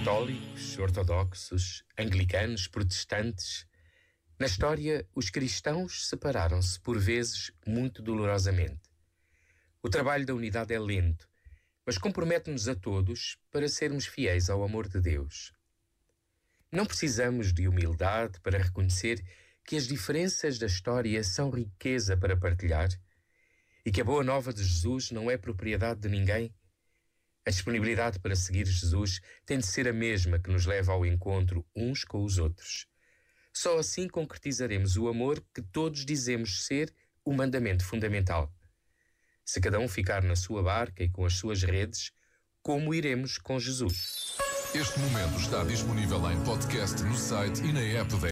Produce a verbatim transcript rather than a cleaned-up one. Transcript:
Católicos, ortodoxos, anglicanos, protestantes. Na história, os cristãos separaram-se por vezes muito dolorosamente. O trabalho da unidade é lento, mas compromete-nos a todos para sermos fiéis ao amor de Deus. Não precisamos de humildade para reconhecer que as diferenças da história são riqueza para partilhar e que a boa nova de Jesus não é propriedade de ninguém. A disponibilidade para seguir Jesus tem de ser a mesma que nos leva ao encontro uns com os outros. Só assim concretizaremos o amor que todos dizemos ser o mandamento fundamental. Se cada um ficar na sua barca e com as suas redes, como iremos com Jesus? Este momento está disponível em podcast no site e na app da